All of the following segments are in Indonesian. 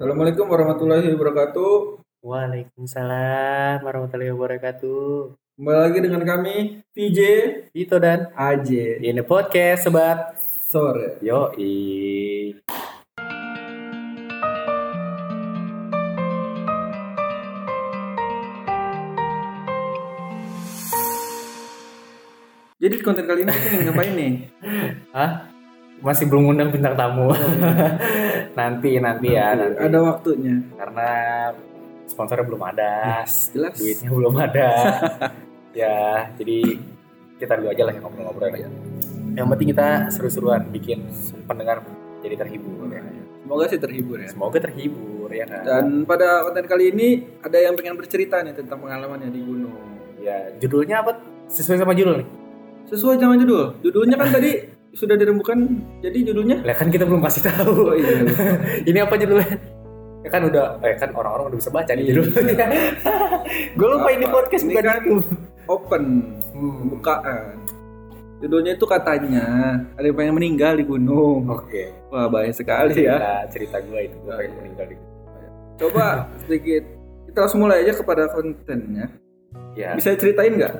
Assalamualaikum warahmatullahi wabarakatuh. Waalaikumsalam warahmatullahi wabarakatuh. Kembali lagi dengan kami VJ Vito dan AJ ini podcast sobat. sore. Yoi. Jadi konten kali ini kita ingin ngapain nih? Hah? Masih belum undang bintang tamu. nanti ya. Ada waktunya. Karena sponsornya belum ada. Yes, jelas. Duitnya belum ada. Ya, jadi kita dulu aja lah yang ngobrol-ngobrol ya. Yang penting kita seru-seruan bikin pendengar jadi terhibur ya. Semoga sih terhibur ya. Semoga terhibur ya kan. Dan pada konten kali ini ada yang pengen bercerita nih tentang pengalamannya di gunung. Ya, judulnya apa? Sesuai sama judul nih. Sesuai sama judul. Judulnya kan tadi sudah dirembukan. Jadi judulnya? Lah kan kita belum kasih tahu. Oh iya. Ini apa judulnya? Ya kan udah, kan orang-orang udah bisa baca nih judulnya. Gue lupa ini podcast ini bukan kan itu. Open, pembukaan. Judulnya itu katanya ada yang pengen meninggal di gunung. Oke. Wah banyak sekali ya. Cerita gue itu gue pengen meninggal di gunung. Coba sedikit kita langsung mulai aja kepada kontennya. Ya. Bisa ceritain nggak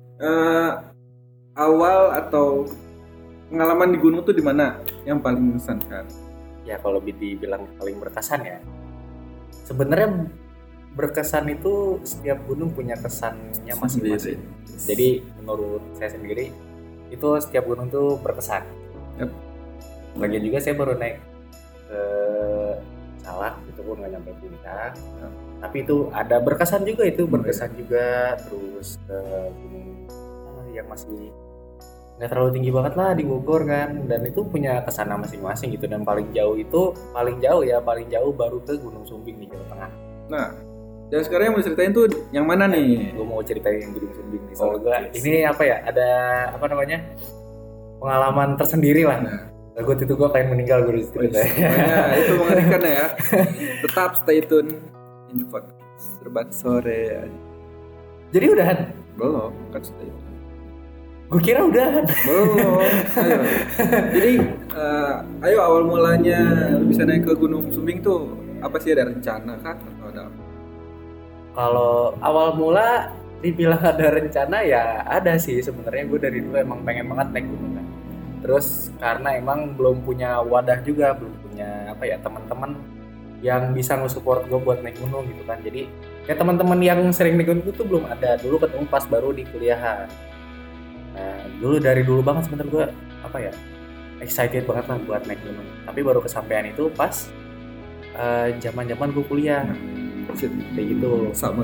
awal atau pengalaman di gunung tuh di mana yang paling mengesankan? Ya kalau dibilang paling berkesan ya. Sebenarnya berkesan itu setiap gunung punya kesannya masing-masing. Jadi menurut saya sendiri itu setiap gunung tuh berkesan. Yep. Lagian juga saya baru naik ke Salak, itu pun nggak nyampe puncak. Tapi itu ada berkesan juga itu, berkesan juga. Terus ke gunung yang masih nggak terlalu tinggi banget lah di Bogor kan, dan itu punya kesana masing-masing gitu. Dan paling jauh baru ke Gunung Sumbing di Jawa Tengah. Nah, dan sekarang yang mau ceritain tuh yang mana nih? Gue mau ceritain yang Gunung Sumbing nih. Soalnya ini apa ya? Ada apa namanya? Pengalaman tersendiri lah. Nah, gue itu gue pengen meninggal gue ceritain. itu mengerikan ya. Tetap stay tune in the podcast Serbat Sore. Jadi udahan? Belum, kan stay tune. Gue kira udahan. Belum. Ayo. Jadi ayo awal mulanya lu bisa naik ke Gunung Sumbing tuh apa sih, ada rencana kah atau ada apa? Kalau awal mula dibilang ada rencana ya ada sih sebenarnya. Gue dari dulu emang pengen banget naik gunung kan. Terus karena emang belum punya wadah juga, belum punya apa ya teman-teman yang bisa nge-support gue buat naik gunung gitu kan. Jadi kayak teman-teman yang sering naik gunung itu belum ada. Dulu ketemu pas baru di kuliahan. Nah, dari dulu banget sebenarnya gue apa ya excited banget lah buat naik gunung. Tapi baru kesampaian itu pas zaman-zaman gue kuliah. Kayak gitu. Sama.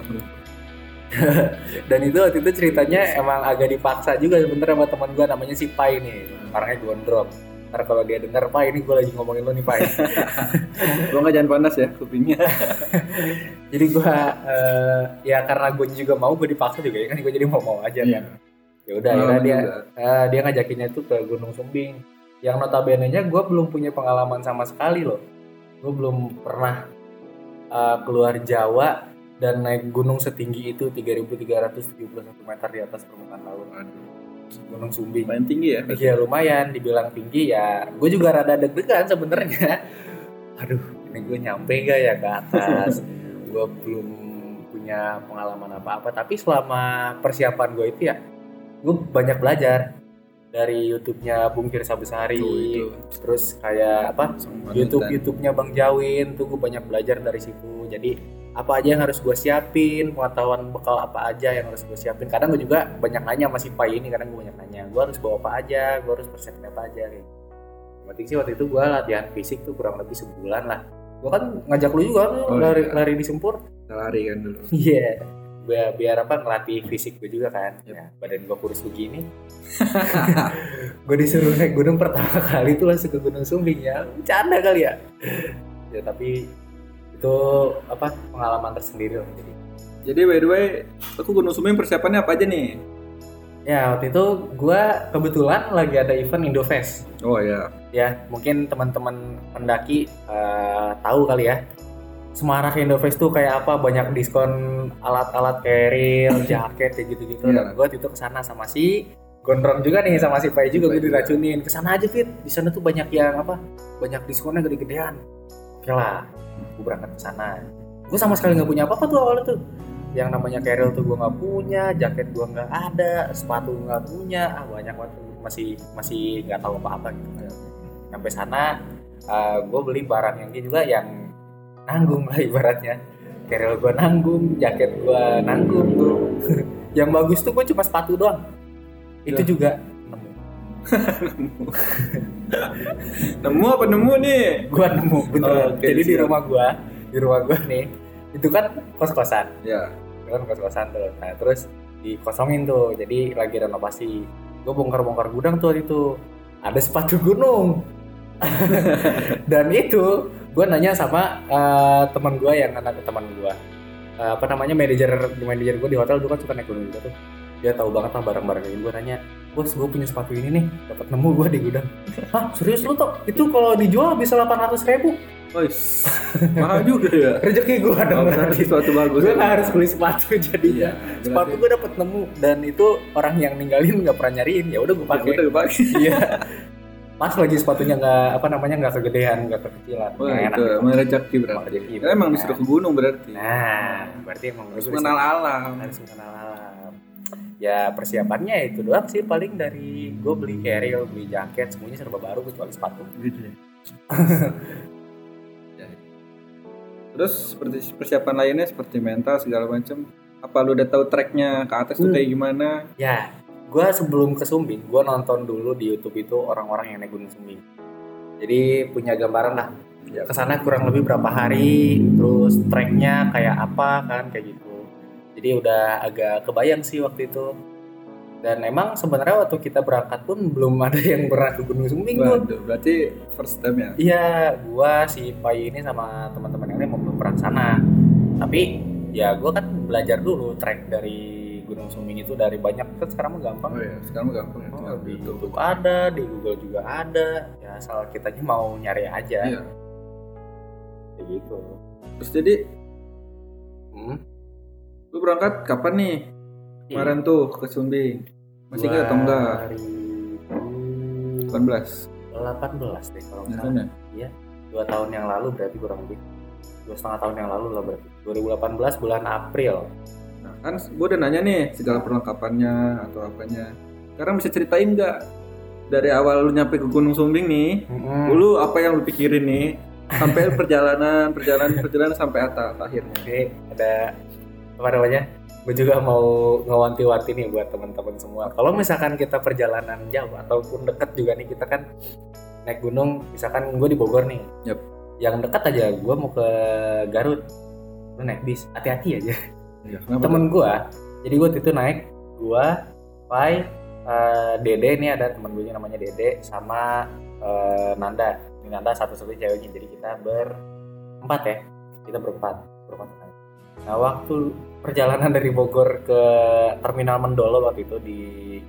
Dan itu waktu itu ceritanya emang agak dipaksa juga sebenarnya sama teman gue namanya si Pai nih. Orangnya gondrong. Ntar kalau dia denger, Pai ini gue lagi ngomongin lo nih Pai. Lo nggak jangan panas ya kupingnya. Jadi gue ya karena gue juga mau, gue dipaksa juga ya kan, gue jadi mau aja kan. Ya udah dia ngajakinnya itu ke Gunung Sumbing. Yang notabene-nya gue belum punya pengalaman sama sekali loh. Gue belum pernah keluar Jawa dan naik gunung setinggi itu 3.371 meter di atas permukaan laut. Gunung Sumbing. Lumayan tinggi ya? Iya lumayan, dibilang tinggi ya. Gue juga rada deg-degan sebenarnya. Aduh, ini gue nyampe gak ya ke atas? Gue belum punya pengalaman apa-apa. Tapi selama persiapan gue itu ya, gue banyak belajar dari YouTube-nya Bung Tirsa Besari. Terus kayak apa? YouTube-nya Bang Jawin tuh gue banyak belajar dari situ. Jadi apa aja yang harus gue siapin, pengetahuan bekal apa aja yang harus gue siapin. Kadang gue juga banyak nanya sama si Pai ini, kadang gue banyak nanya, gue harus bawa apa aja, gue harus persiapin apa aja nih. Yang penting sih waktu itu gue latihan fisik tuh kurang lebih sebulan lah. Gue kan ngajak lu juga lari di Sempur. Lari kan dulu. Iya. Biar apa ngelatih fisik gue juga kan. Ya, badan gue kurus begini. Gue disuruh naik gunung pertama kali tuh langsung ke Gunung Sumbing ya. Bercanda kali ya. Ya tapi itu apa pengalaman tersendiri loh. Jadi by the way, aku Gunung Sumbing persiapannya apa aja nih? Ya waktu itu gue kebetulan lagi ada event Indofest. Oh ya. Ya mungkin teman-teman pendaki tahu kali ya. Semarak Indofest tuh kayak apa, banyak diskon alat-alat keril, jaket kayak gitu-gitu. Dan gue itu kesana sama si gondrong juga nih, sama si Pai juga gue diracunin. Kesana aja Fit, di sana tuh banyak yang apa, banyak diskonnya gede-gedean. Oke lah, gue berangkat ke sana. Gue sama sekali nggak punya apa-apa tuh awalnya tuh. Yang namanya carrier tuh gue nggak punya, jaket gue nggak ada, sepatu nggak punya, banyak banget, masih nggak tahu apa-apa gitu. Sampai sana, gue beli barang yang dia juga yang nanggung lah ibaratnya. Carrier gue nanggung, jaket gue nanggung tuh. Yang bagus tuh gue cuma sepatu doang. Itu juga nemu. Nemu apa nemu nih? Gue nemu beneran. Oke, Jadi siap. di rumah gue nih, itu kan kos-kosan. Ya. Itu kan kos-kosan tuh. Nah terus dikosongin tuh, jadi lagi renovasi. Gue bongkar-bongkar gudang tuh hari itu. Ada sepatu gunung. Dan itu gue nanya sama teman gue yang anak teman gue, manajer gue di hotel dulu kan suka naik gunung juga tuh. Dia tahu banget lah barang-barang ini. Gue nanya, bos gue punya sepatu ini nih, dapat nemu gue di gudang. Hah serius lu toh? Itu kalau dijual bisa 800.000. Oh, mahal juga ya. Rezeki gue dong. Berarti sepatu bagus. Gue nggak harus beli sepatu jadinya. Iya, Sepatu gue dapat nemu dan itu orang yang ninggalin nggak pernah nyariin. Ya udah gue pakai. Udah pakai. Iya. Pas lagi sepatunya nggak kegedean, nggak kekecilan. Wah, Nggak itu enak. merejeki berarti. Rezeki. Emang disuruh ke gunung berarti. Nah, berarti emang Harus bagus. mengenal alam. Harus mengenal alam. Ya persiapannya itu doang sih, paling dari gue beli carrier, beli jaket, semuanya serba baru kecuali sepatu. Gitu ya. Terus seperti persiapan lainnya seperti mental segala macam. Apa lu udah tahu tracknya ke atas tuh kayak gimana? Ya, gue sebelum ke Sumbing, gue nonton dulu di YouTube itu orang-orang yang naik Gunung Sumbing. Jadi punya gambaran lah. Ya. Kesana kurang lebih berapa hari, terus tracknya kayak apa kan, kayak gitu. Jadi udah agak kebayang sih waktu itu. Dan emang sebenarnya waktu kita berangkat pun belum ada yang pernah ke Gunung Sumbing tuh. Waduh, berarti first time ya? Iya, gua si Pai ini sama teman-teman yang lain mau belum pernah sana. Tapi ya gua kan belajar dulu trek dari Gunung Sumbing itu dari banyak kan sekarang mah gampang. Oh iya, sekarang mah gampang ya. Oh, di YouTube ada, di Google juga ada. Ya asal kitanya mau nyari aja. Iya. Kayak gitu. Terus jadi lu berangkat kapan nih? Kemarin tuh ke Sumbing. Masih ingat atau enggak? 18 deh kalau nggak ya, salah. kan ya? Iya, 2 tahun yang lalu berarti kurang lebih 2,5 tahun yang lalu lah berarti. 2018 bulan April. Nah, kan gue udah nanya nih segala perlengkapannya atau apanya. Sekarang bisa ceritain nggak dari awal lu nyampe ke Gunung Sumbing nih, dulu apa yang lu pikirin nih sampai perjalanan sampai akhirnya. Oke, ada apa namanya? Gue juga mau ngewanti-wanti nih buat teman-teman semua. Kalau misalkan kita perjalanan jauh ataupun dekat juga nih, kita kan naik gunung, misalkan gue di Bogor nih. Yep. Yang dekat aja, gue mau ke Garut, lu naik bis, hati-hati aja. Ya, Temen gue, jadi gue itu naik, gue, Pai, Dede nih ada temen gue namanya Dede sama Nanda. Ini Nanda satu-satunya ceweknya, jadi kita berempat ya, berempat. Nah waktu perjalanan dari Bogor ke Terminal Mendolo waktu itu di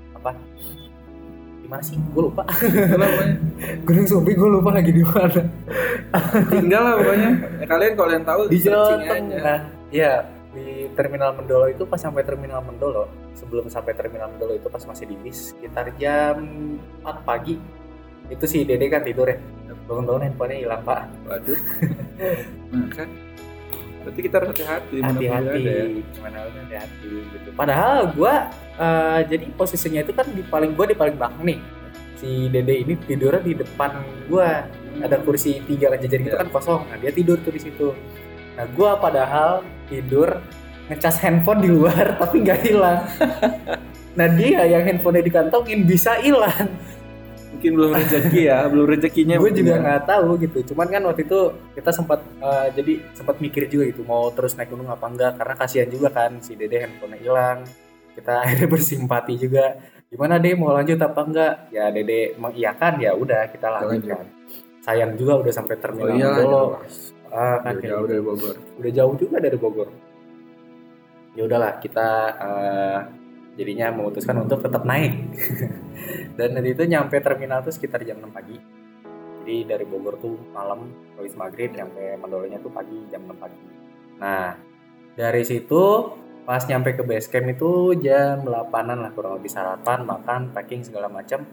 mana sih? Gue lupa. Gunung Sumbing gue lupa lagi di mana. Tinggal lah pokoknya. Ya, kalian tahu di Jawa searching aja. Tengah. Ya di Terminal Mendolo itu pas sampai Terminal Mendolo. Sebelum sampai Terminal Mendolo itu pas masih di bis sekitar jam 4 pagi. Itu si Dede kan tidur ya. Bangun-bangun handphonenya hilang pak. Waduh. Nah kan. Berarti kita harus hati-hati. Hati-hati. Gimana udah hati-hati gitu. Padahal gue jadi posisinya itu kan di paling belakang nih. Si Dede ini tidurnya di depan gue. Ada kursi 3 jajar gitu kan kosong. Nah dia tidur tuh di situ. Nah gue padahal tidur ngecas handphone di luar tapi nggak hilang. Nah dia yang handphonenya dikantongin bisa hilang. Mungkin belum rezeki ya, belum rezekinya. Gue juga nggak tahu gitu. Cuman kan waktu itu kita sempat mikir juga gitu mau terus naik gunung apa enggak, karena kasihan juga kan si Dede handphonenya hilang. Kita akhirnya bersimpati juga. Gimana Dede mau lanjut apa enggak? Ya Dede mengiyakan, ya udah kita lanjutkan. Sayang juga udah sampai Terminal Mendolo. Kan jauh dari Bogor. Udah jauh juga dari Bogor. Ya udahlah kita jadinya memutuskan untuk tetap naik. Dan dari itu nyampe terminal tuh sekitar jam 6 pagi. Jadi dari Bogor tuh malam habis maghrib, nyampe Mendolonya tuh pagi jam 6 pagi. Nah dari situ pas nyampe ke base camp itu jam 8-an lah kurang lebih, sarapan, makan, packing segala macam.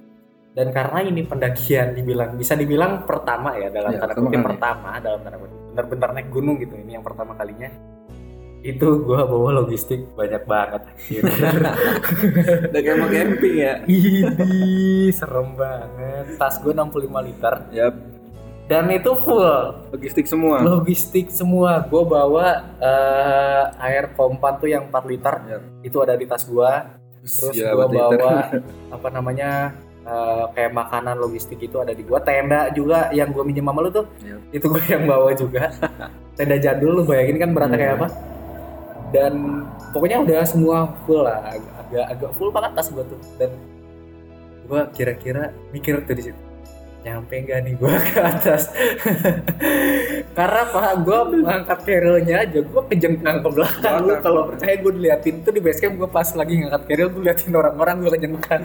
Dan karena ini pendakian bisa dibilang pertama ya dalam tanda kutip pertama dalam tanda kutip benar-benar naik gunung gitu, ini yang pertama kalinya. Itu gue bawa logistik banyak banget. Udah kayak mau camping ya. Ini serem banget. Tas gue 65 liter. Yap. Dan itu full. Logistik semua. Gue bawa air kompan tuh yang 4 liter. Yap. Itu ada di tas gue. Terus gue bawa apa namanya kayak makanan logistik itu ada di gue. Tenda juga yang gue minjem sama lu tuh. Yap. Itu gue yang bawa juga. Tenda jadul, lu bayangin kan beratnya kayak apa. Dan pokoknya udah semua full lah, agak full banget tas gue tuh. Dan gue kira-kira mikir tuh di situ, nyampe nggak nih gue ke atas? Karena gue ngangkat carrier-nya aja, gue kejengkang ke belakang. Lu kalau percaya gue diliatin tuh di basecamp, gue pas lagi ngangkat carrier gue liatin orang-orang, gue kejengkang.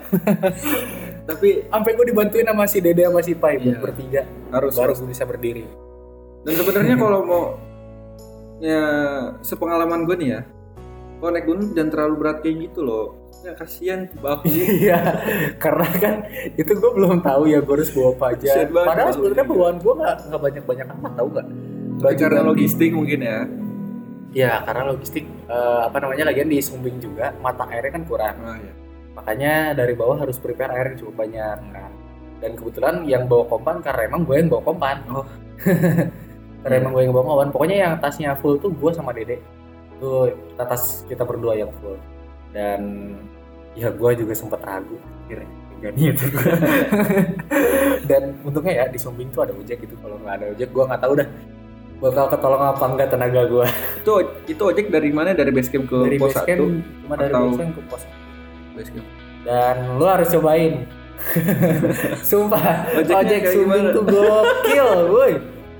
Tapi sampai gue dibantuin sama si Dede sama si Pai bertiga, baru gue bisa berdiri. Dan sebenarnya kalau mau ya sepengalaman gue nih ya, kalau naik gunung jangan terlalu berat kayak gitu loh. Ya kasihan bahu. Iya, karena kan itu gue belum tahu ya gue harus bawa apa aja. Padahal sebenarnya bawaan gue nggak banyak amat, tahu nggak? Karena logistik mungkin ya. Ya karena logistik lagian di Sumbing juga mata airnya kan kurang. Iya. Makanya dari bawah harus prepare air yang cukup banyak kan. Dan kebetulan yang bawa kompan karena emang gue yang bawa kompan. Oh. Karena emang gue yang bawa kompan. Pokoknya yang tasnya full tuh gue sama Dede. Tuh tas kita berdua yang full. Dan ya gue juga sempat ragu akhirnya enggak itu. Dan untungnya ya di Sumbing tuh ada ojek gitu. Kalau nggak ada ojek gue nggak tahu dah bakal ketolong apa enggak tenaga gue. Itu ojek dari mana? Dari basecamp ke dari pos 1? Cuma dari basecamp ke pos 1. Basecamp. Dan lu harus cobain. Sumpah ojek Sumbing tuh gokil, woi.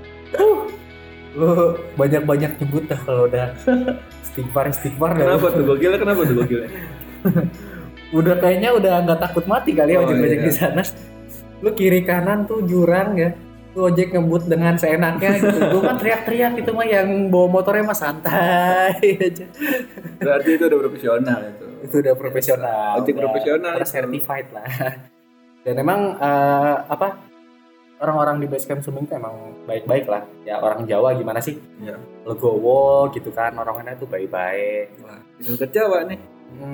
Lu banyak-banyak nyebut dah kalau udah istighfar. Kenapa tuh gokilnya? Udah kayaknya udah nggak takut mati kali ya ojek-ojek di sana. Lu kiri kanan tuh jurang ya. Lu ojek ngebut dengan seenaknya gitu. Gua kan teriak-teriak gitu mah, yang bawa motornya mah santai aja. Berarti itu udah profesional itu. Itu udah profesional. Ojek profesional. Certified lah. Dan emang orang-orang di basecamp Sumbing tuh emang baik-baik lah. Ya orang Jawa gimana sih? Ya. Legowo gitu kan, orangnya tuh baik-baik. Wah, itu ke Jawa nih.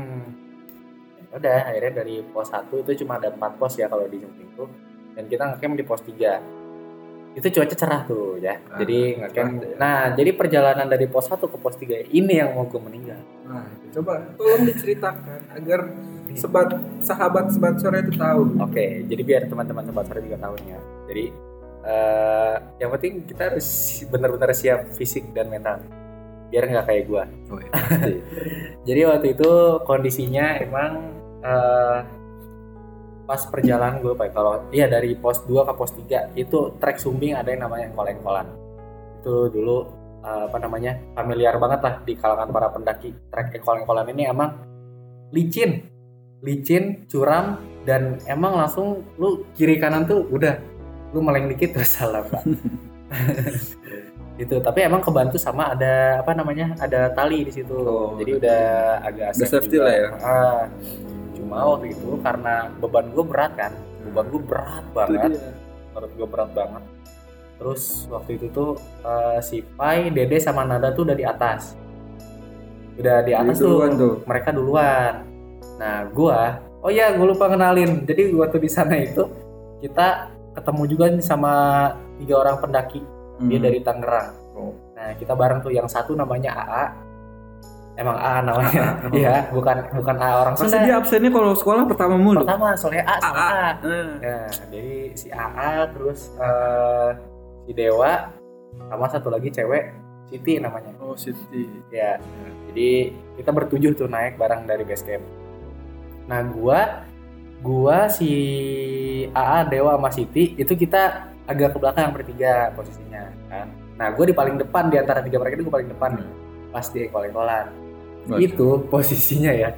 Udah akhirnya dari pos 1 itu cuma ada 4 pos ya kalau di Sumbing tuh. Dan kita ngecamp di pos 3. Itu cuaca cerah tuh ya. Jadi ngecamp. Ya. Nah, jadi perjalanan dari pos 1 ke pos 3 ini yang mau gue meninggal. Nah, coba tolong diceritakan agar sahabat sore itu tahu. Oke, jadi biar teman-teman sobat sore juga tahu ya. Jadi yang penting kita harus benar-benar siap fisik dan mental. Biar nggak kayak gue. Oh, iya, pasti. Jadi waktu itu kondisinya emang pas perjalanan gue dari pos 2 ke pos 3 itu trek Sumbing ada yang namanya engkol-engkolan. Itu dulu familiar banget lah di kalangan para pendaki. Trek engkol-engkolan ini emang licin, curam, dan emang langsung lu kiri kanan tuh udah lu meleng dikit terus salah Pak. Gitu, tapi emang kebantu sama ada ada tali di situ. Jadi udah agak safety lah ya. Cuma waktu itu karena beban gue berat banget. Menurut gue berat banget. Terus waktu itu tuh si Pai, Dede sama Nada tuh udah di atas. Udah di atas tuh. Mereka duluan. Nah, gue lupa kenalin. Jadi waktu di sana itu kita ketemu juga nih sama 3 orang pendaki. Dia dari Tangerang. Nah, kita bareng tuh, yang satu namanya AA. Emang AA namanya. Iya, bukan AA orang Sunda. Pasti dia absennya kalau sekolah pertama mulu. Pertama, soalnya A sama A. Nah, jadi si AA terus si Dewa sama satu lagi cewek, Siti namanya. Oh, Siti. Ya. Jadi kita bertujuh tuh naik bareng dari base camp. Nah, gua si AA, Dewa sama Siti itu kita agak ke belakang bertiga posisinya kan. Nah, gue di paling depan di antara 3 mereka itu gue paling depan nih. Pas di engkol-engkolan. Itu posisinya ya.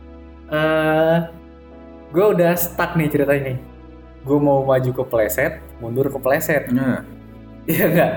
Gue udah stuck nih ceritanya nih. Gue mau maju ke pleset, mundur ke pleset. Nah. Iya enggak?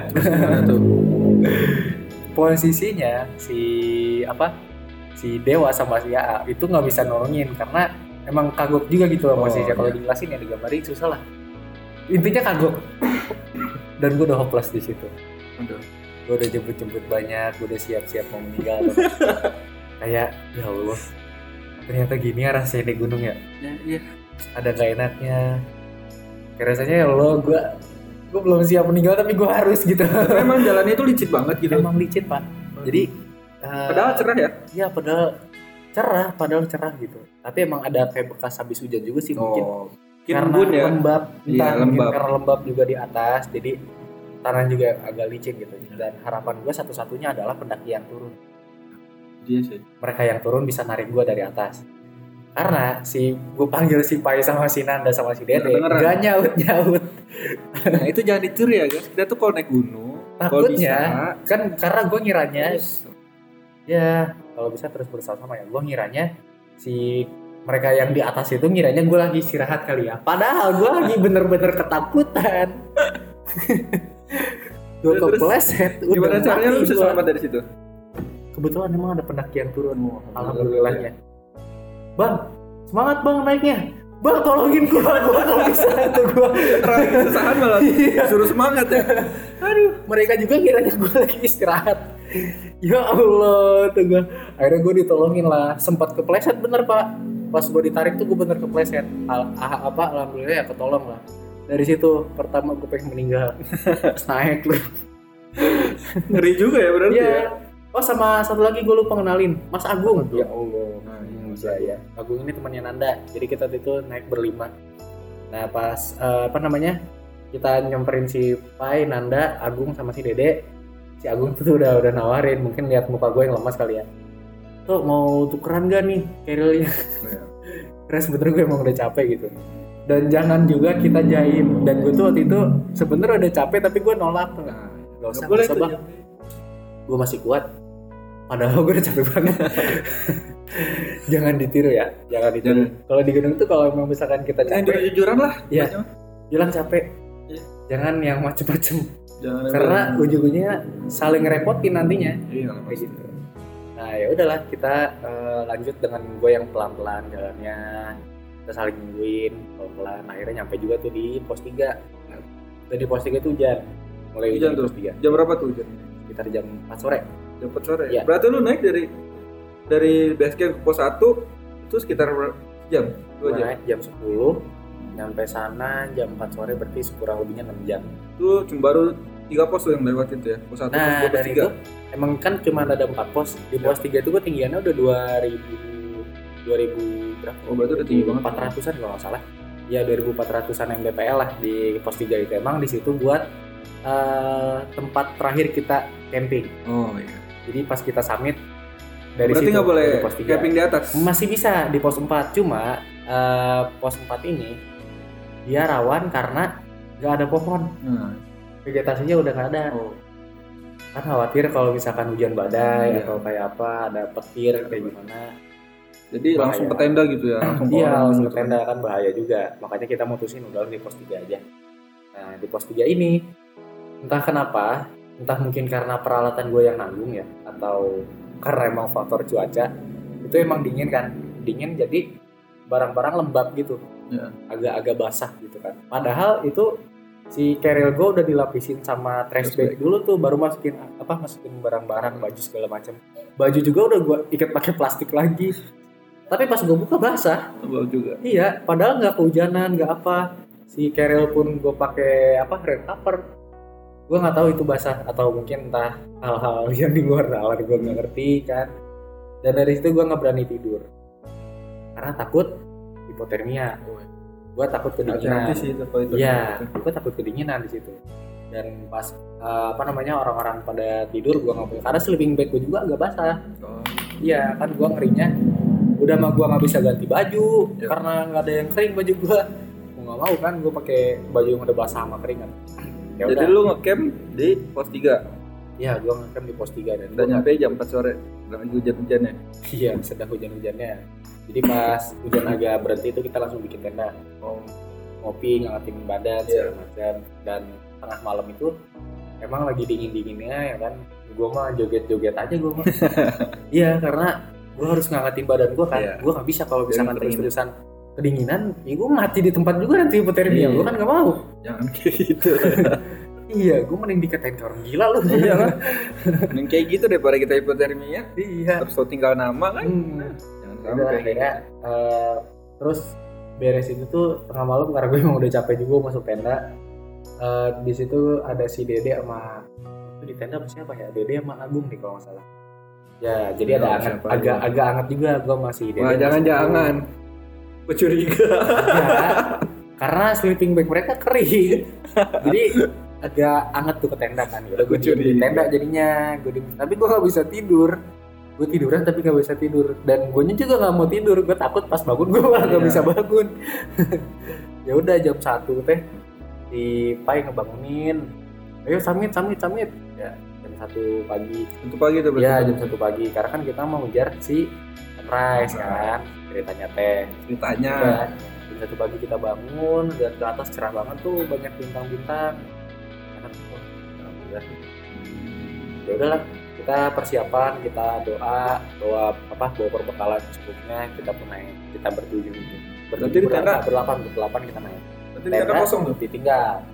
Posisinya si Dewa sama si AA itu nggak bisa nolongin karena emang kagok juga gitu loh posisinya. Kalau iya. dijelasin ya digambarin susah lah. Intinya kagok. Dan gue udah hopeless di situ. Aduh. Gue udah jemput banyak, gue udah siap-siap mau meninggal. Kayak ya Allah, ternyata gini ya rasanya di gunung ya. Iya. Ada gak enaknya. Kayak rasanya ya Allah, gue belum siap meninggal tapi gue harus gitu. Memang jalannya itu licin banget gitu. Emang licin pak. Jadi Padahal cerah ya? Iya padahal cerah gitu. Tapi emang ada kayak bekas habis hujan juga sih mungkin. Karena embun ya? lembab, entah Iya, mungkin lembab. karena lembab juga di atas, jadi tanah juga agak licin gitu. Dan harapan gue satu-satunya adalah pendaki yang turun. Iya sih. Mereka yang turun bisa narik gue dari atas. Karena gue panggil si Pai sama si Nanda sama si Dede, gak nyaut. Nah itu jangan dicuri ya guys. Kita tuh kalau naik gunung, kalau Takutnya bisa, kan karena gue ngiranya terus, ya kalau bisa terus bersama-sama ya. Gue ngiranya si mereka yang di atas itu ngiranya gue lagi istirahat kali ya. Padahal gue lagi bener-bener ketakutan. Gue kepleset. Gimana caranya lu bisa selamat dari situ? Kebetulan emang ada pendaki yang turun. Alhamdulillahnya. Bang, semangat bang naiknya. Bang tolongin gue kalau bisa tuh gue. Kesusahan malah suruh semangat ya. Aduh, mereka juga kiranya gue lagi istirahat. Ya Allah, tuh gue. Akhirnya gue ditolongin lah. Sempat kepleset bener pak. Pas gue ditarik tuh gue bener kepleset. Alhamdulillah ya ketolong lah. Dari situ pertama gue pengen meninggal. Naik lu. Ngeri juga ya berarti ya. Oh sama satu lagi gue lupa kenalin, Mas Agung. Ya Allah. Ya. Agung ini temannya Nanda. Jadi kita itu naik berlima. Nah pas kita nyamperin si Pai, Nanda, Agung sama si Dede. Si Agung tuh udah nawarin, mungkin lihat muka gue yang lemas kali ya. Tuh mau tukeran gak nih carrier-nya? Karena sebenernya gue emang udah capek gitu. Dan jangan juga kita jahit. Dan gue tuh waktu itu sebenernya udah capek tapi gue nolak. Gak usah bang. Gue masih kuat. Padahal gue udah capek banget. Jangan ditiru ya. Kalau di gunung tuh kalau memang misalkan kita capek, jujuran lah. Ya, bilang capek. Ya. Jangan yang macem-macem. Karena ujung-ujungnya saling ngerepotin nantinya. Iya, kayak gitu. Nah ya udahlah kita lanjut dengan gue yang pelan-pelan jalannya. Kita saling nungguin pelan-pelan. Akhirnya nyampe juga tuh di pos 3. Dan di pos 3 itu hujan. Mulai hujan tuh. Jam berapa tuh hujan? Sekitar jam 4 sore. Jam 4 sore. Ya. Berarti lu naik dari base camp ke pos 1 itu sekitar jam? 2 jam. Naik jam 10, nyampe sana jam 4 sore, berarti kurang lebihnya 6 jam. Itu cuma baru 3 pos tuh yang lewatin tuh ya. Pos 1, Nah, pos 2, pos dari 3. itu emang kan cuma ada 4 pos. Di pos 3 itu gue tinggiannya udah 2000 berapa? Oh, berarti udah tinggi banget. 400-an kalau nggak salah. Ya 2400-an MBPL lah di pos 3 itu. Emang di situ buat tempat terakhir kita camping. Oh iya. Jadi pas kita summit dari berarti situ nggak boleh pos 3. camping di atas? Masih bisa di pos 4, cuma pos 4 ini dia rawan karena nggak ada pohon. Vegetasinya udah nggak ada. Kan khawatir kalau misalkan hujan badai atau kayak apa, ada petir kayak gimana. Jadi bahaya. langsung ke tenda gitu ya? Iya, langsung ke tenda kan bahaya juga. Makanya kita mutusin udah di pos 3 aja. Nah di pos 3 ini entah kenapa, entah mungkin karena peralatan gue yang nanggung ya, atau karena emang faktor cuaca, itu emang dingin kan, dingin jadi barang-barang lembab gitu, agak-agak basah gitu kan. Padahal itu si carrier gue udah dilapisin sama trash bag dulu tuh, baru masukin barang-barang, baju segala macam. Baju juga udah gue ikat pakai plastik lagi. Tapi pas gue buka basah. Tebal juga. Iya, padahal nggak kehujanan, nggak apa. Si carrier pun gue pakai rain cover. Gue nggak tahu itu basah atau mungkin entah hal-hal yang di luar nalar, gue nggak ngerti kan. Dan dari situ gue nggak berani tidur karena takut hipotermia. Gue takut kedinginan. Iya, gue takut kedinginan di situ. Dan pas orang-orang pada tidur, gue nggak punya, karena sleeping bag gue juga agak basah. Iya, kan gue ngerinya udah mah gue nggak bisa ganti baju karena nggak ada yang kering baju gue. Gue nggak mau kan, gue pakai baju yang udah basah sama keringan. Jadi lu ngecamp di pos 3? Iya, gue ngecamp di pos 3 dan udah nyampe jam 4 sore, lagi hujan-hujannya. Iya, sedang hujan-hujannya. Jadi pas hujan agak berhenti itu kita langsung bikin tenda, ngopi, ngangetin badan segala macam. Dan tengah malam itu emang lagi dingin-dinginnya ya kan, gue mah joget-joget aja gue mah. Iya, karena gue harus ngangetin badan gue kan. Gue nggak bisa kalau misalkan terus-terusan kedinginan, ya gue mati di tempat juga nanti hipotermia. Gue kan gak mau. Jangan kayak gitu. Iya, gue mending dikatain ke orang gila lu. Iya kan? Mending kayak gitu daripada kita hipotermia. Iya. Terus tinggal nama kan. Jangan sampai akhirnya terus beres itu tuh tengah malam karena gue emang udah capek juga masuk tenda. Di situ ada si Dede sama itu di tenda siapa ya? Dede sama Agung nih kalau nggak salah. Ya, jadi ada agak hangat juga gue masih Dede. Wah, jangan. Gue curiga. Ya, karena sleeping bag mereka kering. Jadi agak hangat tuh ke tenda kan. Udah gue di tenda jadinya. Tapi gue nggak bisa tidur. Gue tiduran tapi gak bisa tidur, dan gue juga nggak mau tidur, gue takut pas bangun gue malah nggak bisa bangun. Ya udah jam 1 teh si Pai ngebangunin, ayo samit ya jam 1 pagi. 1 pagi tuh berarti. Ya jam 1 pagi karena kan kita mau ngejar si sunrise kan ceritanya. Udah, jam 1 pagi kita bangun dan ke atas cerah banget tuh, banyak bintang-bintang. Ya udahlah, kita persiapan, kita doa perbekalan secukupnya, kita pun naik, kita bertujuh gitu. Berdelapan kita naik. Berarti tenda kosong tuh? Ditinggal.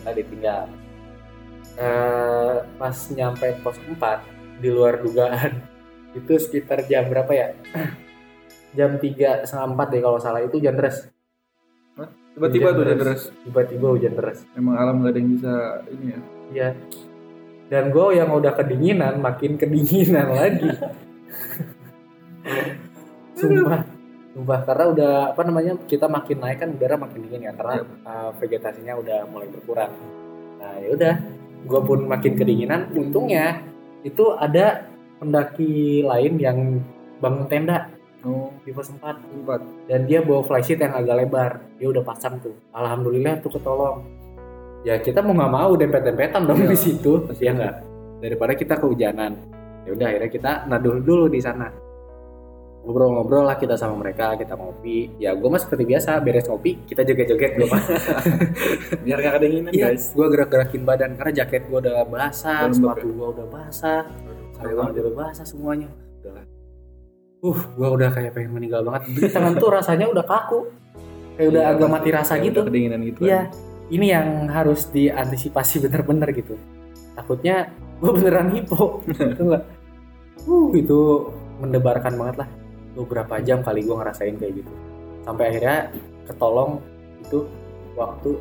Pas nyampe pos 4 di luar dugaan itu sekitar jam berapa ya? Jam 3:30 deh kalau salah, itu hujan deras. Tiba-tiba tuh hujan deras. Tiba-tiba hujan deras. Emang alam gak ada yang bisa ini ya? Iya. Dan gue yang udah kedinginan makin kedinginan lagi. Sumpah karena udah kita makin naik kan udara makin dingin ya karena vegetasinya udah mulai berkurang. Nah ya udah, gue pun makin kedinginan. Untungnya itu ada pendaki lain yang bangun tenda di pos 4 dan dia bawa flysheet yang agak lebar, dia udah pasang tuh. Alhamdulillah tuh ketolong. Ya kita mau nggak mau dempet-dempetan dong di situ, ya nggak, daripada kita kehujanan. Ya udah akhirnya kita naduh dulu di sana, ngobrol lah kita sama mereka, kita ngopi. Ya gue mah seperti biasa, beres ngopi kita joget-joget gue mah. Biar nggak kedinginan guys. Gue gerak-gerakin badan karena jaket gue udah basah, sepatu gue udah basah, sarung udah basah semuanya. Gue udah kayak pengen meninggal banget. Jadi tangan tuh rasanya udah kaku, kayak udah agak mati rasa gitu. Kedinginan gitu. Iya. Ini yang harus diantisipasi bener-bener gitu. Takutnya gue beneran hipo. Itu mendebarkan banget lah. Beberapa jam kali gue ngerasain kayak gitu. Sampai akhirnya ketolong itu waktu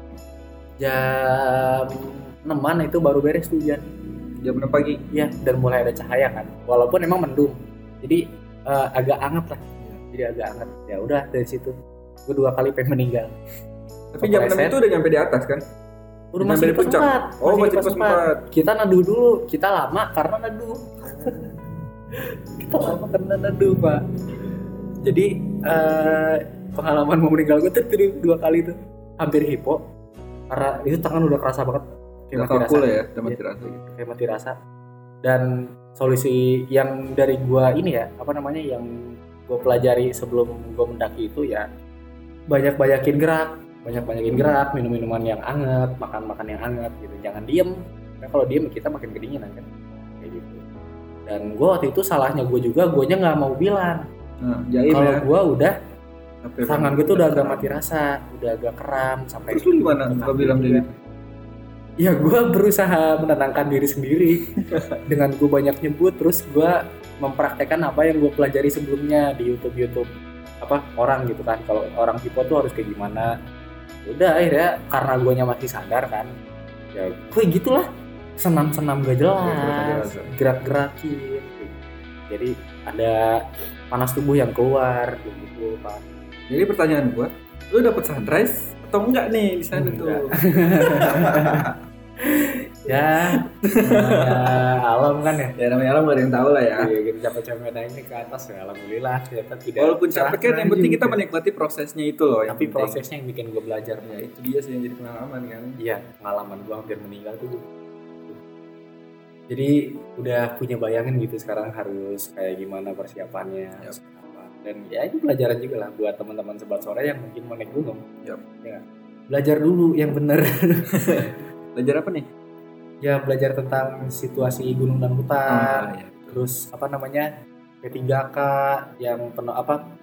jam 6-an itu baru beres tuh hujan. Jam 6 pagi? Iya, dan mulai ada cahaya kan. Walaupun emang mendung. Jadi agak anget lah. Jadi agak anget. Ya udah dari situ gue 2 kali pengen meninggal. Tapi jam 6 itu udah nyampe di atas kan? Udah masih di pos 4. Oh, masih di pos 4. Kita naduh dulu. Kita lama karena naduh. Pak. Jadi pengalaman mau meninggal gue tuh 2 kali tuh. Hampir hipo. Karena itu tangan udah kerasa banget. Kayak mati rasa. Udah mati rasa gitu. Kayak mati rasa. Dan solusi yang dari gue ini ya, yang gue pelajari sebelum gue mendaki itu ya, banyak-banyakin gerak, minum-minuman yang hangat, makan yang hangat gitu. Jangan diem. Karena kalau diem kita makin kedinginan kan. Kayak gitu. Dan gue waktu itu salahnya gue juga, guanya nggak mau bilang. Kalau gue udah tangan gue tuh udah agak mati rasa, udah agak kram sampai. Terus lu gimana? Gak bilang dia gitu? Ya gue berusaha menenangkan diri sendiri dengan gue banyak nyebut, terus gue mempraktekkan apa yang gue pelajari sebelumnya di YouTube orang gitu kan. Kalau orang hipo tuh harus kayak gimana. Udah akhirnya karena guanya masih sadar kan, ya gue gitulah, senam gak jelas, gerak-gerakin, jadi ada panas tubuh yang keluar gitu Pak. Jadi pertanyaan gue, lu dapet sunrise atau enggak nih di sana tuh? Ya namanya alam kan ya. Ya namanya alam gak ada yang tahu lah ya. Iya, kita capek-capek naik ke atas ya, alhamdulillah ternyata tidak. Walaupun capek kan yang penting kita menikmati prosesnya itu loh. Tapi prosesnya yang bikin gue belajar. Ya itu dia sih yang jadi pengalaman kan. Iya, pengalaman gue hampir meninggal tuh. Jadi udah punya bayangan gitu sekarang harus kayak gimana persiapannya. Yep. Dan ya itu pelajaran juga lah buat teman-teman sobat sore yang mungkin mau naik gunung. Yep. Ya, belajar dulu yang benar. Belajar apa nih? Ya belajar tentang situasi gunung dan hutan. Terus P3K yang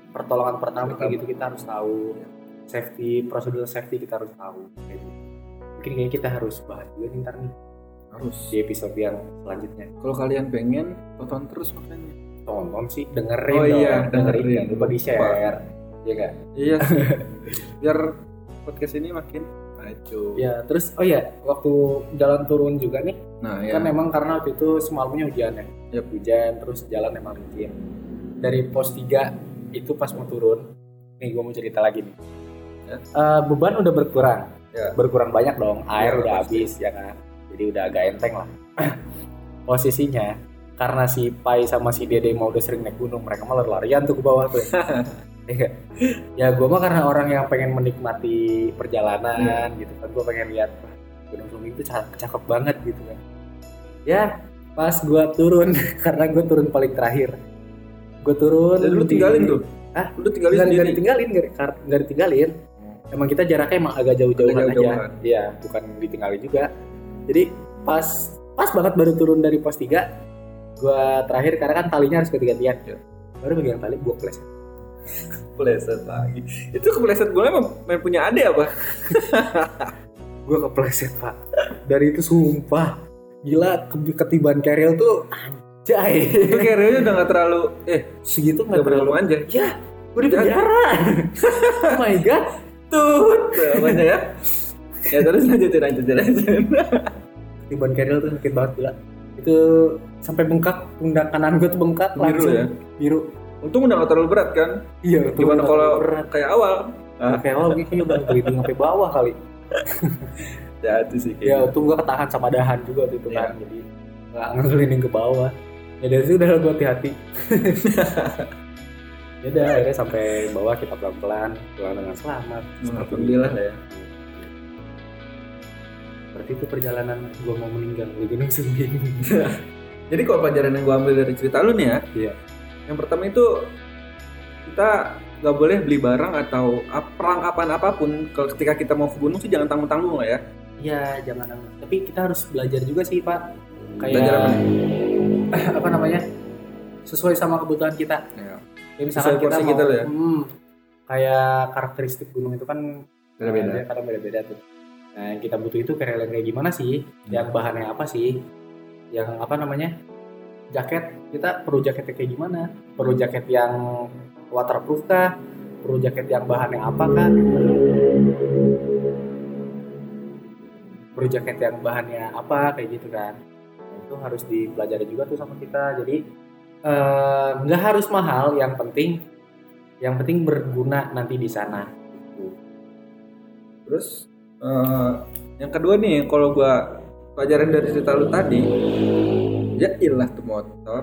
pertolongan pertama kayak gitu kita harus tahu, prosedur safety kita harus tahu kayak gitu. Mungkin kayaknya kita harus bahas juga nih ntar nih Harus. di episode yang selanjutnya. Kalau kalian pengen tonton terus makanya. Tonton sih, dengerin Oh dong. iya, dengerin. dengerin. Jangan lupa di-share. Ya enggak? Iya sih. Biar podcast ini makin maju. Ya, terus waktu jalan turun juga nih. Nah, ya. Kan memang karena waktu itu semalamnya hujan ya. Yap. Hujan terus jalan memang licin. Dari pos 3 itu pas mau turun, nih gue mau cerita lagi nih. Ya. Beban udah berkurang. Ya. Berkurang banyak dong, air Ya, udah pasti. habis ya kan. Jadi udah agak enteng lah. Posisinya karena si Pai sama si Dede mau udah sering naik gunung, mereka malah larian tuh ke bawah tuh. Ya gue mah karena orang yang pengen menikmati perjalanan gitu kan, gue pengen lihat Gunung Sumbing itu cakep banget gitu kan. Ya pas gue turun karena gue turun paling terakhir, gue turun. Jadi lu tinggalin tuh? Lu tinggalin sendiri? Nggak ditinggalin. Emang kita jaraknya emang agak jauh-jauhan aja. Iya, bukan ditinggalin juga. Jadi pas banget baru turun dari pos 3, gue terakhir karena kan talinya harus ganti-gantian. Baru pegang tali, gue pleset. Kepleset lagi. Itu kepleset gue emang main punya ade apa? Gue kepleset pak. Dari itu sumpah gila, ketiban keril tuh anjay. Itu carrier-nya udah gak terlalu segitu gak terlalu anjay. Ya gue di penjara. Oh my god. Tuh Banyak ya. Ya terus lanjutin. ketiban keril tuh sakit banget gila. Itu sampai bengkak, pundak kanan gue tuh bengkak langsung. Biru ya? Biru. Untung udah gak terlalu berat kan? Iya. Gimana kalau kayak awal? Kayak awal kayaknya udah gelinding sampai bawah kali. Ya itu sih. Ya untung gue ketahan sama dahan juga waktu itu kan. Jadi nggak ngelinding ke bawah. Ya dari situ udah gue hati-hati. Ya udah akhirnya sampai bawah, kita pelan-pelan pulang dengan selamat. Alhamdulillah ya. Berarti itu perjalanan gue mau meninggal di Gunung Sumbing. Jadi kalau pelajaran yang gue ambil dari cerita lu nih ya, Iya. yang pertama itu kita nggak boleh beli barang atau perlengkapan apapun kalau ketika kita mau ke gunung sih jangan tanggung-tanggung lah ya. Iya, jangan. Tapi kita harus belajar juga sih Pak. Kayak Belajar apa nih? apa namanya? Sesuai sama kebutuhan kita. Ya. Ya, misalkan Sesuai kita porsi mau kita lah ya. Kayak karakteristik gunung itu kan Beda-beda. Kadang beda-beda tuh. Nah, yang kita butuh itu kerel yang kayak gimana sih? Yang bahannya apa sih? Yang apa namanya? Jaket, kita perlu jaketnya kayak gimana? Perlu jaket yang waterproof kah? Perlu jaket yang bahannya apa kah? Perlu jaket yang bahannya apa kayak gitu kan? Nah, itu harus dipelajari juga tuh sama kita. Jadi nggak harus mahal, yang penting berguna nanti di sana. Terus yang kedua nih, kalau gua pelajaran dari cerita lu tadi, ya ilah tuh motor.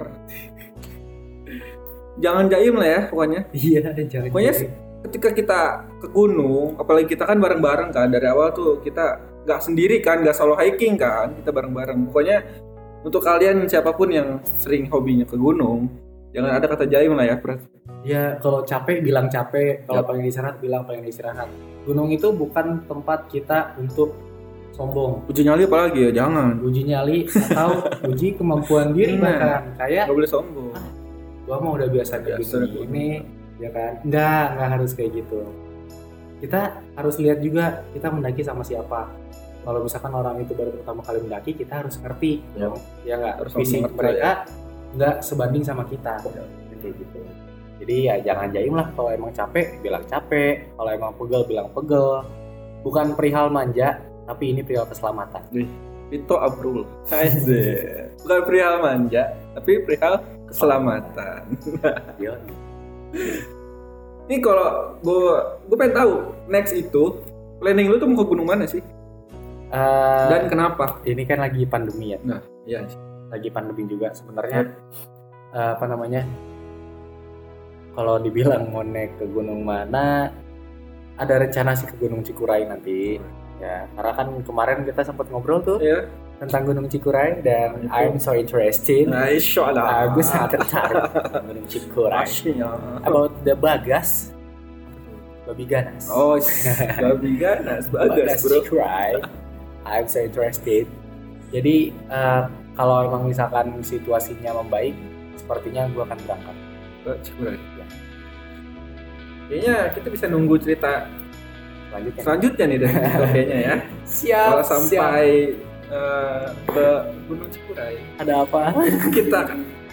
Jangan jaim lah ya pokoknya. Iya, jangan. Pokoknya ketika kita ke gunung, apalagi kita kan bareng-bareng kan, dari awal tuh kita nggak sendiri kan, nggak solo hiking kan, kita bareng-bareng. Pokoknya untuk kalian siapapun yang sering hobinya ke gunung, jangan ada kata jaim lah ya. Ya kalau capek bilang capek, kalau pengen istirahat bilang pengen istirahat. Gunung itu bukan tempat kita untuk sombong. Uji nyali apalagi ya, jangan. Uji nyali atau uji kemampuan diri bahkan. Kayak nggak boleh sombong. Gua mah udah biasa gini, ya kan? Enggak harus kayak gitu. Kita harus lihat juga kita mendaki sama siapa. Kalau misalkan orang itu baru pertama kali mendaki, kita harus ngerti, ya nggak? Harus fisik ngerti, mereka nggak sebanding sama kita, kayak gitu. Jadi ya jangan jaim lah, kalau emang capek bilang capek, kalau emang pegel bilang pegel. Bukan perihal manja, tapi ini perihal keselamatan. Itu Abrul. Bukan perihal manja, tapi perihal keselamatan. Yo. Ini kalau gue pengen tahu next itu planning lu tuh mau ke gunung mana sih? Dan kenapa? Ini kan lagi pandemi ya. Nah, iya. Lagi pandemi juga sebenarnya. Apa namanya? Kalau dibilang mau naik ke gunung mana, ada rencana sih ke Gunung Cikuray nanti. Ya, karena kan kemarin kita sempat ngobrol tuh tentang Gunung Cikuray dan I'm so interested. Aku sangat tertarik dengan Gunung Cikuray. About the Bagas, Babi Ganas. Oh, Babi Ganas, Bagas bro. Cikuray. I'm so interested. Jadi kalau emang misalkan situasinya membaik, sepertinya gue akan berangkat. Cikuray. Ya. Kayaknya kita bisa nunggu cerita selanjutnya nih dari Tito kayaknya ya. Siap. Kalau sampai ke Gunung Cikuray. Ada apa? kita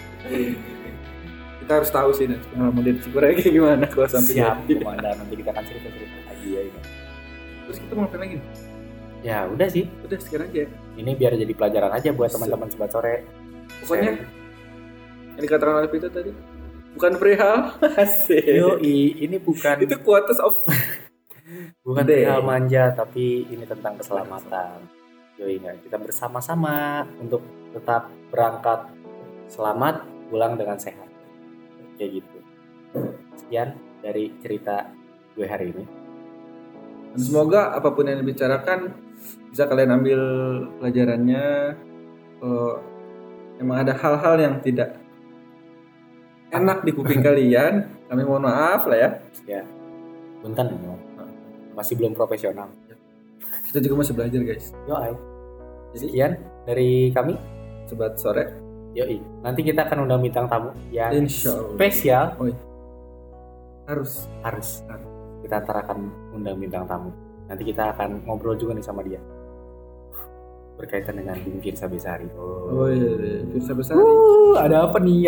harus tahu sih nanti pengalaman dari Cikuray kayak gimana kalau sampai Siap. jadi. Komandan, nanti kita akan cerita-cerita lagi ya ini. Terus kita mau ngapain lagi? Ya udah sih. Udah sekarang aja. Ini biar jadi pelajaran aja buat teman-teman sobat sore. Pokoknya yang dikatakan oleh Pito tadi bukan perihal. Asik. Yoi, ini bukan Itu quotes of bukan perihal manja, tapi ini tentang keselamatan. Yoi, kita bersama-sama untuk tetap berangkat selamat, pulang dengan sehat. Kayak gitu. Sekian dari cerita gue hari ini. Dan semoga apapun yang dibicarakan bisa kalian ambil pelajarannya. Emang ada hal-hal yang tidak enak di kuping kalian, kami mohon maaf lah ya. Ya, punten ya. Masih belum profesional. Kita juga masih belajar guys. Yoi. Jadi Sekian dari kami, sobat sore. Yoi. Nanti kita akan undang bintang tamu yang Insyaallah. spesial. Harus. Kita ntar akan undang bintang tamu. Nanti kita akan ngobrol juga nih sama dia. Berkaitan dengan Bung Firsa Besari. Oh iya, Firsa Besari. Ada apa nih?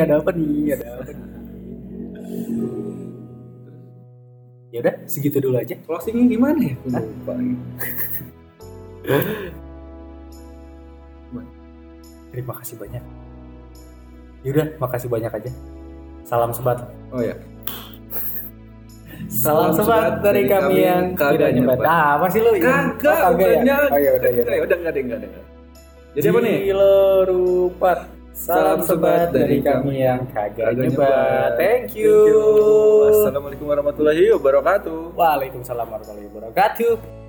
Ya udah, segitu dulu aja. Closingnya gimana ya? Aku lupa. Terima kasih banyak. Yaudah, makasih banyak aja. Salam sebat. Oh ya. Salam sebat dari kami yang tidak nyebat. Apa sih lu? Kagak ya? Oh ya udah. Udah enggak ada. Jadi apa nih? Rupat. Salam sebat dari kami yang kagak nyebat. Thank you. Wassalamualaikum warahmatullahi wabarakatuh. Waalaikumsalam warahmatullahi wabarakatuh.